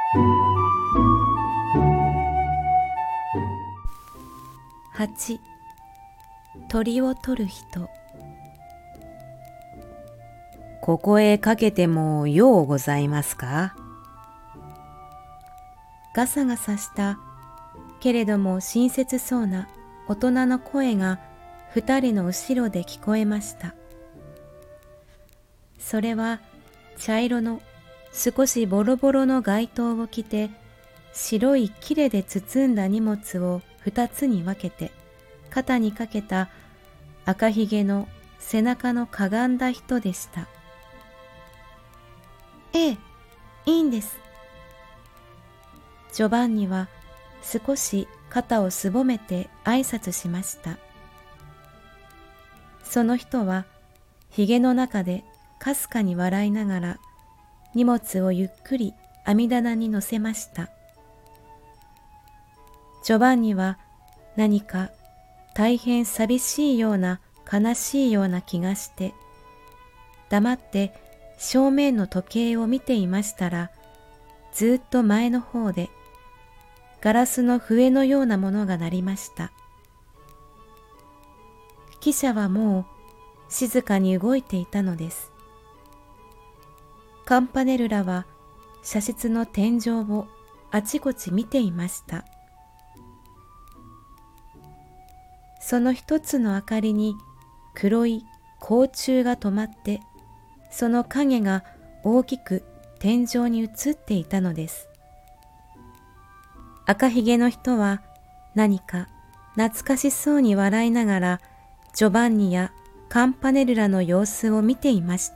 8、鳥を取る人。 ここへかけてもようございますか？ ガサガサしたけれども親切そうな大人の声が二人の後ろで聞こえました。それは茶色の少しボロボロの街灯を着て白い切で包んだ荷物を二つに分けて肩にかけた赤ひげの背中のかがんだ人でした。ええ、いいんです。ジョバンニは少し肩をすぼめて挨拶しました。その人はひげの中でかすかに笑いながら荷物をゆっくり網棚に乗せました。ジョバンニは何か大変寂しいような悲しいような気がして黙って正面の時計を見ていましたら、ずっと前の方でガラスの笛のようなものが鳴りました。汽車はもう静かに動いていたのです。カンパネルラは車室の天井をあちこち見ていました。その一つの明かりに黒い甲虫が止まって、その影が大きく天井に映っていたのです。赤ひげの人は何か懐かしそうに笑いながらジョバンニやカンパネルラの様子を見ていました。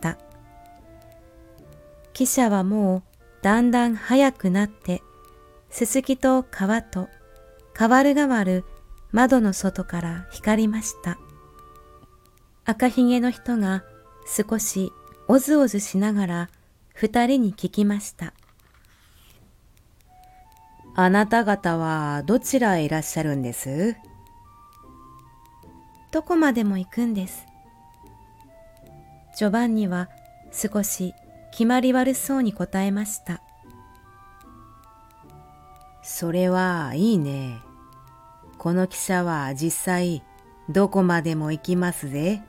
汽車はもうだんだん速くなって、すすきと川と代わる代わる窓の外から光りました。赤ひげの人が少しおずおずしながら二人に聞きました。 あなた方はどちらへいらっしゃるんです？ どこまでも行くんです。ジョバンニは少し決まり悪そうに答えました。 それはいいね。この汽車は実際どこまでも行きますぜ。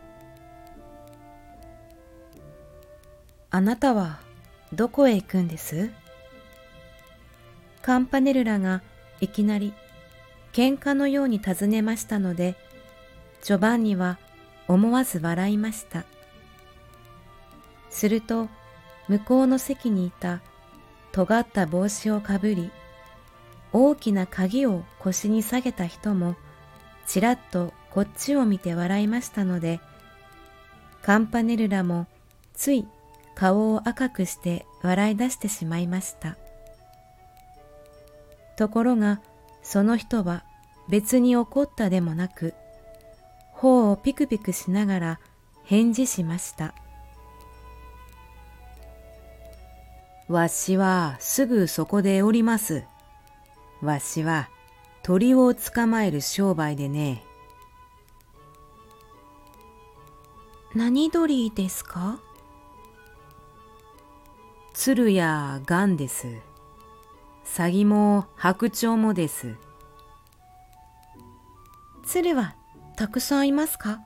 あなたはどこへ行くんです？カンパネルラがいきなり喧嘩のように尋ねましたので、ジョバンニは思わず笑いました。すると向こうの席にいた尖った帽子をかぶり、大きな鍵を腰に下げた人もちらっとこっちを見て笑いましたので、カンパネルラもつい顔を赤くして笑い出してしまいました。ところがその人は別に怒ったでもなく、頬をピクピクしながら返事しました。 わしはすぐそこでおります。わしは鳥を捕まえる商売でね。 何鳥ですか？ 鶴や雁です。サギも白鳥もです。 鶴はたくさんいますか？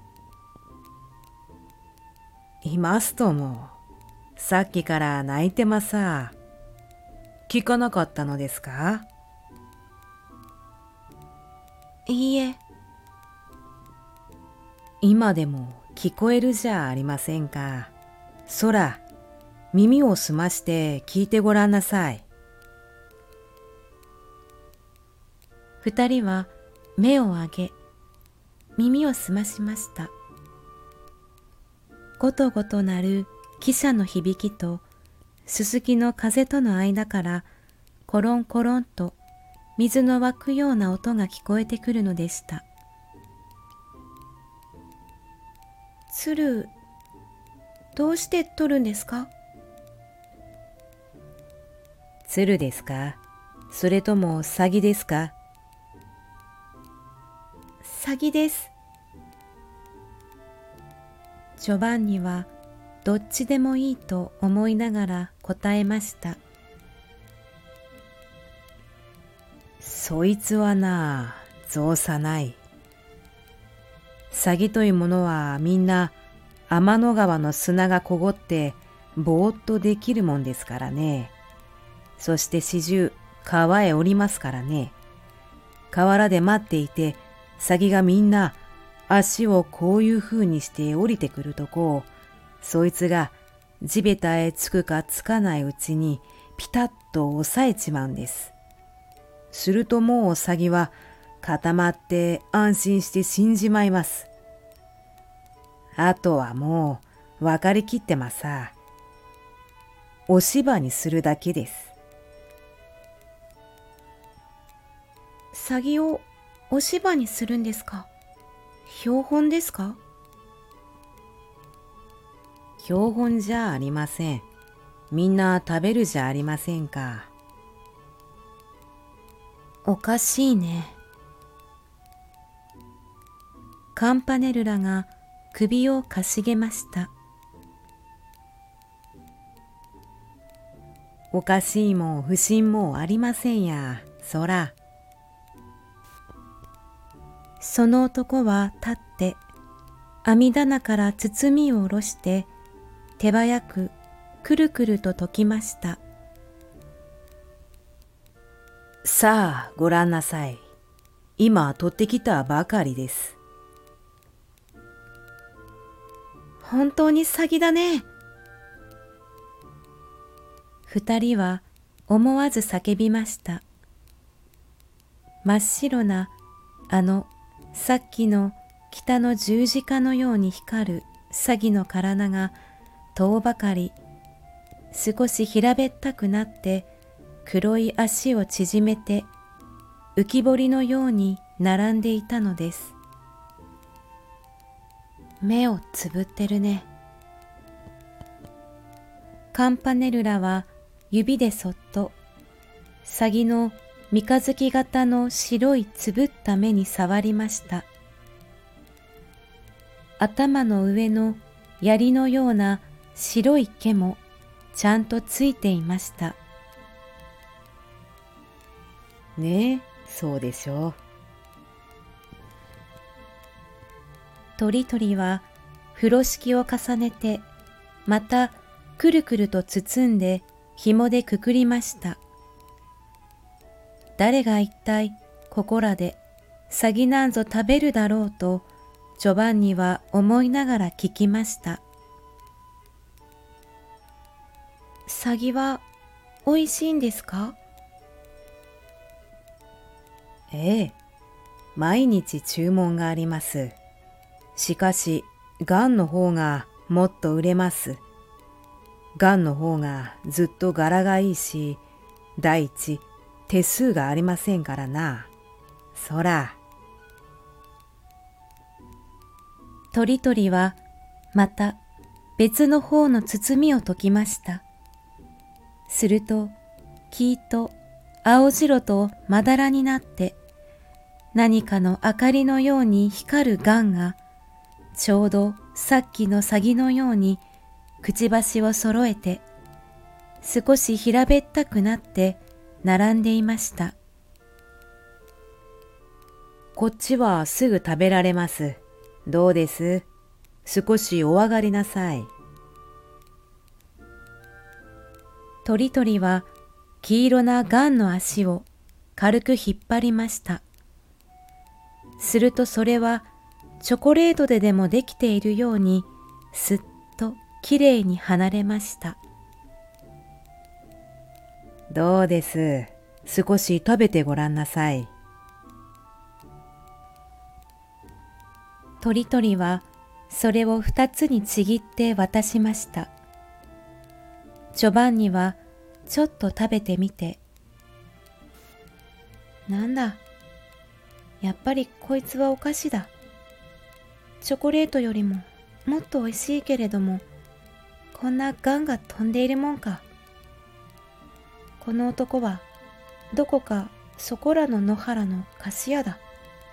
いますとも。さっきから泣いてまさ。聞かなかったのですか？ いいえ。 今でも聞こえるじゃありませんか。そら、耳を澄まして聞いてごらんなさい。 二人は目を上げ、耳を澄ましました。ごとごと鳴る汽車の響きと、すすきの風との間から、コロンコロンと水の湧くような音が聞こえてくるのでした。鶴、どうして取るんですか？ 鶴ですか？それともサギですか？ サギです。ジョバンニはどっちでもいいと思いながら答えました。 そいつはな、造作ない。詐欺というものはみんな天の川の砂がこごってぼーっとできるもんですからね。そして始終川へ降りますからね。河原で待っていて、詐欺がみんな足をこういう風にして降りてくるとこを、そいつが地べたへつくかつかないうちにピタッと押さえちまうんです。するともう詐欺は固まって安心して死んじまいます。あとはもう分かりきってますさ。お芝にするだけです。 詐欺をお芝にするんですか？標本ですか？ 標本じゃありません。みんな食べるじゃありませんか。 おかしいね。カンパネルラが首をかしげました。 おかしいも不審もありませんや、そら。 その男は立って網棚から包みを下ろして手早くくるくると解きました。 さあご覧なさい。今取ってきたばかりです。 本当に詐欺だね。二人は思わず叫びました。真っ白なさっきの北の十字架のように光る詐欺の体が遠ばかり少し平べったくなって黒い足を縮めて浮き彫りのように並んでいたのです。目をつぶってるね。カンパネルラは指でそっとサギの三日月型の白いつぶった目に触りました。頭の上の槍のような白い毛もちゃんとついていました。 ねえ、そうでしょう。 トリトリは風呂敷を重ねてまたくるくると包んで紐でくくりました。誰が一体ここらでサギなんぞ食べるだろうとジョバンニは思いながら聞きました。サギはおいしいんですか？ ええ、毎日注文があります。しかし、ガンの方がもっと売れます。ガンの方がずっと柄がいいし、第一、手数がありませんからな。そら。 トリトリはまた別の方の包みを解きました。すると、黄と青白とまだらになって、何かの明かりのように光るガンが、ちょうどさっきのサギのようにくちばしを揃えて、少し平べったくなって並んでいました。 こっちはすぐ食べられます。どうです？少しお上がりなさい。 トリトリは黄色なガンの足を軽く引っ張りました。するとそれはチョコレートででもできているようにすっときれいに離れました。 どうです？少し食べてごらんなさい。 トリトリはそれを二つにちぎって渡しました。ジョバンニはちょっと食べてみて、なんだ、やっぱりこいつはお菓子だ。チョコレートよりももっと美味しいけれども、こんなガンが飛んでいるもんか。この男はどこかそこらの野原の菓子屋だ。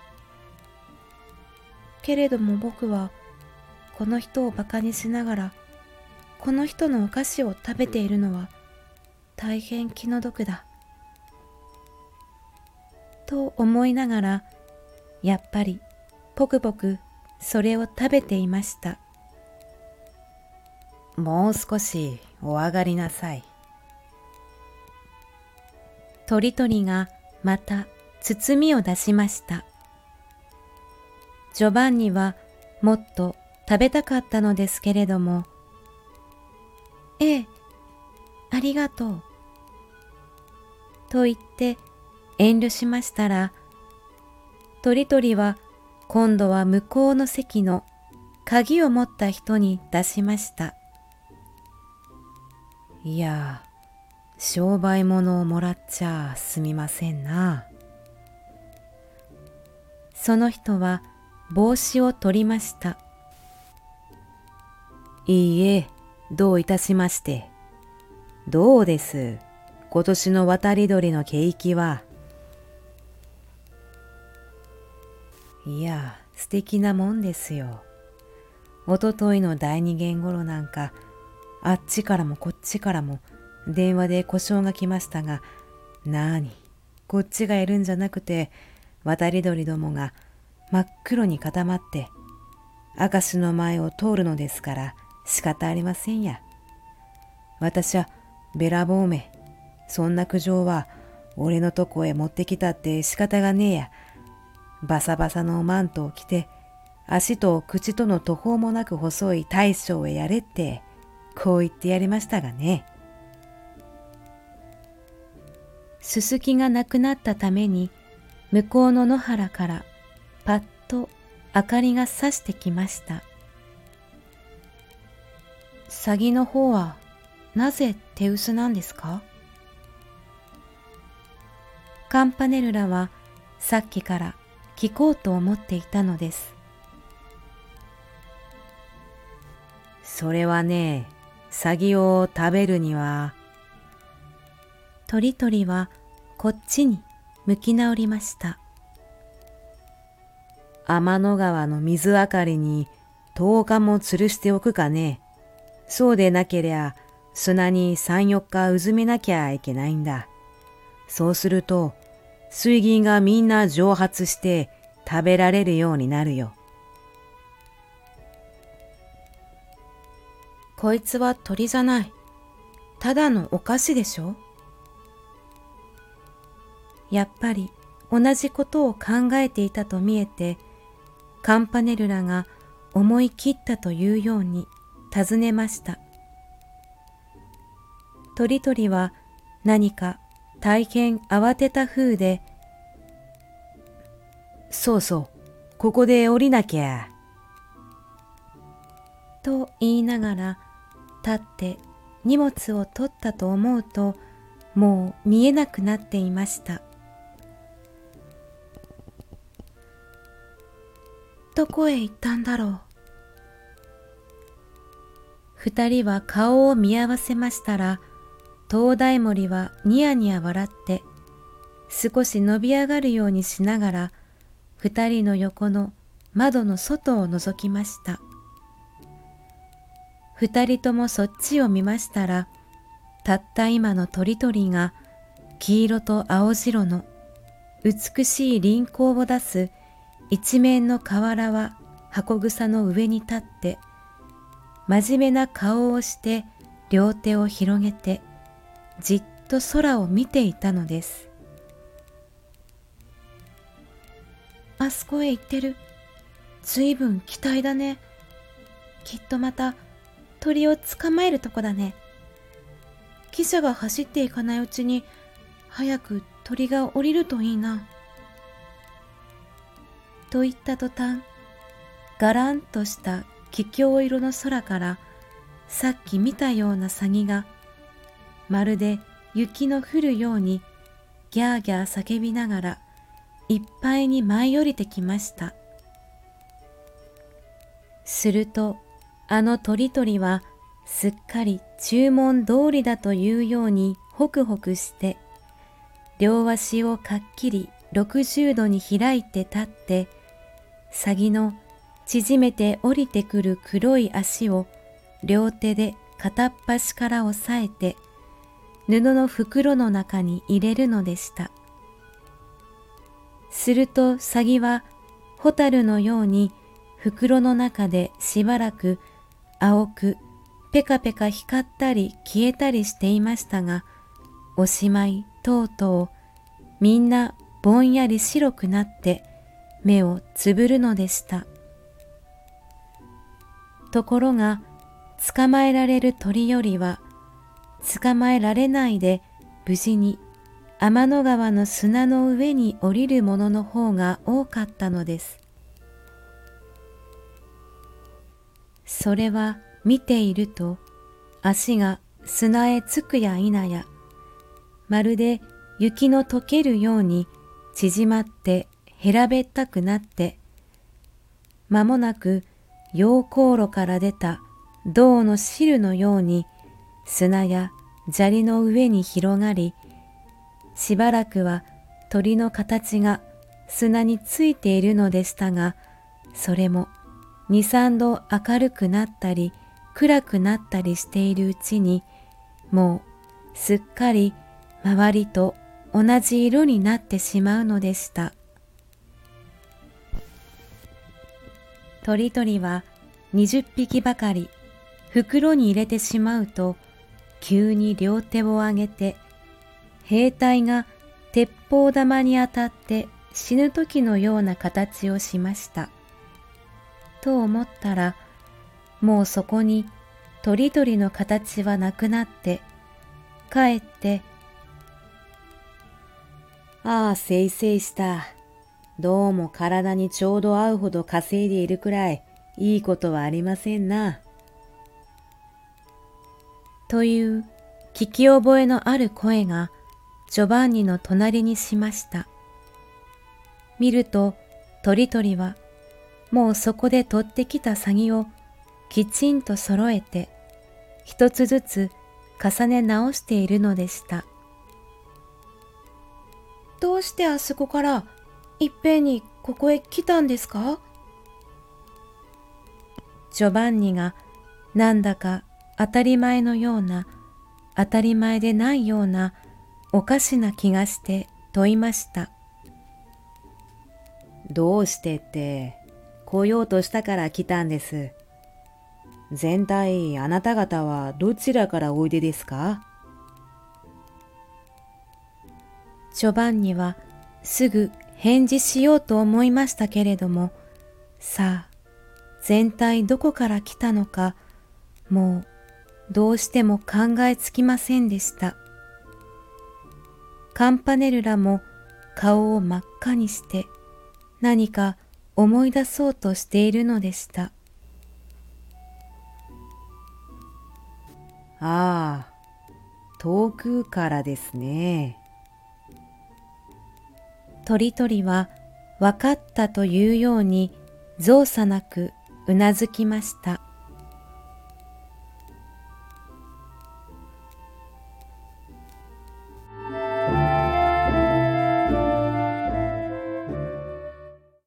けれども僕はこの人をバカにしながらこの人のお菓子を食べているのは大変気の毒だ。 と思いながら、やっぱりポクポクそれを食べていました。 もう少しお上がりなさい。 鳥鳥がまた包みを出しました。ジョバンニはもっと食べたかったのですけれども、ええ、ありがとう。と言って遠慮しましたら、鳥鳥は今度は向こうの席の鍵を持った人に出しました。 いや、商売物をもらっちゃすみませんな。 その人は帽子を取りました。 いいえ、どういたしまして。どうです、今年の渡り鳥の景気は。いや、素敵なもんですよ。おとといの第二元頃なんか、あっちからもこっちからも電話で故障が来ましたが、なに、こっちがいるんじゃなくて、渡り鳥どもが真っ黒に固まって、明石の前を通るのですから仕方ありませんや。私はべらぼうめ、そんな苦情は俺のとこへ持ってきたって仕方がねえや。バサバサのマントを着て、足と口との途方もなく細い大将へやれって、こう言ってやりましたがね。 すすきがなくなったために、向こうの野原からパッと明かりがさしてきました。サギの方はなぜ手薄なんですか？カンパネルラはさっきから聞こうと思っていたのです。 それはね、サギを食べるには。 鳥鳥はこっちに向き直りました。 天の川の水あかりに10日も吊るしておくかね。そうでなけりゃ砂に3、4日うずめなきゃいけないんだ。そうすると水銀がみんな蒸発して食べられるようになるよ。 こいつは鳥じゃない。ただのお菓子でしょ。やっぱり同じことを考えていたと見えて、カンパネルラが思い切ったというように尋ねました。鳥鳥は何か大変慌てた風で、 そうそう、ここで降りなきゃ。 と言いながら立って荷物を取ったと思うと、もう見えなくなっていました。どこへ行ったんだろう。二人は顔を見合わせましたら、灯台森はニヤニヤ笑って少し伸び上がるようにしながら二人の横の窓の外を覗きました。二人ともそっちを見ましたら、たった今の鳥鳥が黄色と青白の美しい輪光を出す一面の瓦は箱草の上に立って、真面目な顔をして両手を広げてじっと空を見ていたのです。あそこへ行ってる。ずいぶん期待だね。きっとまた鳥を捕まえるとこだね。汽車が走っていかないうちに早く鳥が降りるといいな。と言った途端、がらんとした桔梗色の空からさっき見たようなサギがまるで雪の降るようにギャーギャー叫びながらいっぱいに舞い降りてきました。するとあの鳥鳥はすっかり注文通りだというようにホクホクして両足をかっきり60度に開いて立って、サギの縮めて降りてくる黒い足を両手で片っ端から押さえて布の袋の中に入れるのでした。 するとサギはホタルのように袋の中でしばらく青くペカペカ光ったり消えたりしていましたが、おしまいとうとうみんなぼんやり白くなって目をつぶるのでした。ところが捕まえられる鳥よりは捕まえられないで無事に天の川の砂の上に降りるものの方が多かったのです。それは見ていると足が砂へつくや否や、まるで雪の溶けるように縮まって平べったくなって、間もなく溶鉱炉から出た銅の汁のように砂や砂利の上に広がり、しばらくは鳥の形が砂についているのでしたが、それも二三度明るくなったり暗くなったりしているうちに、もうすっかり周りと同じ色になってしまうのでした。鳥々は20匹ばかり袋に入れてしまうと、急に両手を上げて、兵隊が鉄砲玉に当たって死ぬ時のような形をしました。と思ったら、もうそこに鳥々の形はなくなって、かえって、 ああ、せいせいした。どうも体にちょうど合うほど稼いでいるくらい、いいことはありませんな。 という聞き覚えのある声がジョバンニの隣にしました。見ると鳥々はもうそこで取ってきたサギをきちんと揃えて一つずつ重ね直しているのでした。どうしてあそこからいっぺんにここへ来たんですか？ジョバンニがなんだか当たり前のような、当たり前でないようなおかしな気がして問いました。 どうしてって、来ようとしたから来たんです。全体あなた方はどちらからおいでですか？ ジョバンニはすぐ返事しようと思いましたけれども、さあ全体どこから来たのか、もうどうしても考えつきませんでした。カンパネルラも顔を真っ赤にして何か思い出そうとしているのでした。 ああ、遠くからですね。 鳥々は分かったというように造作なくうなずきました。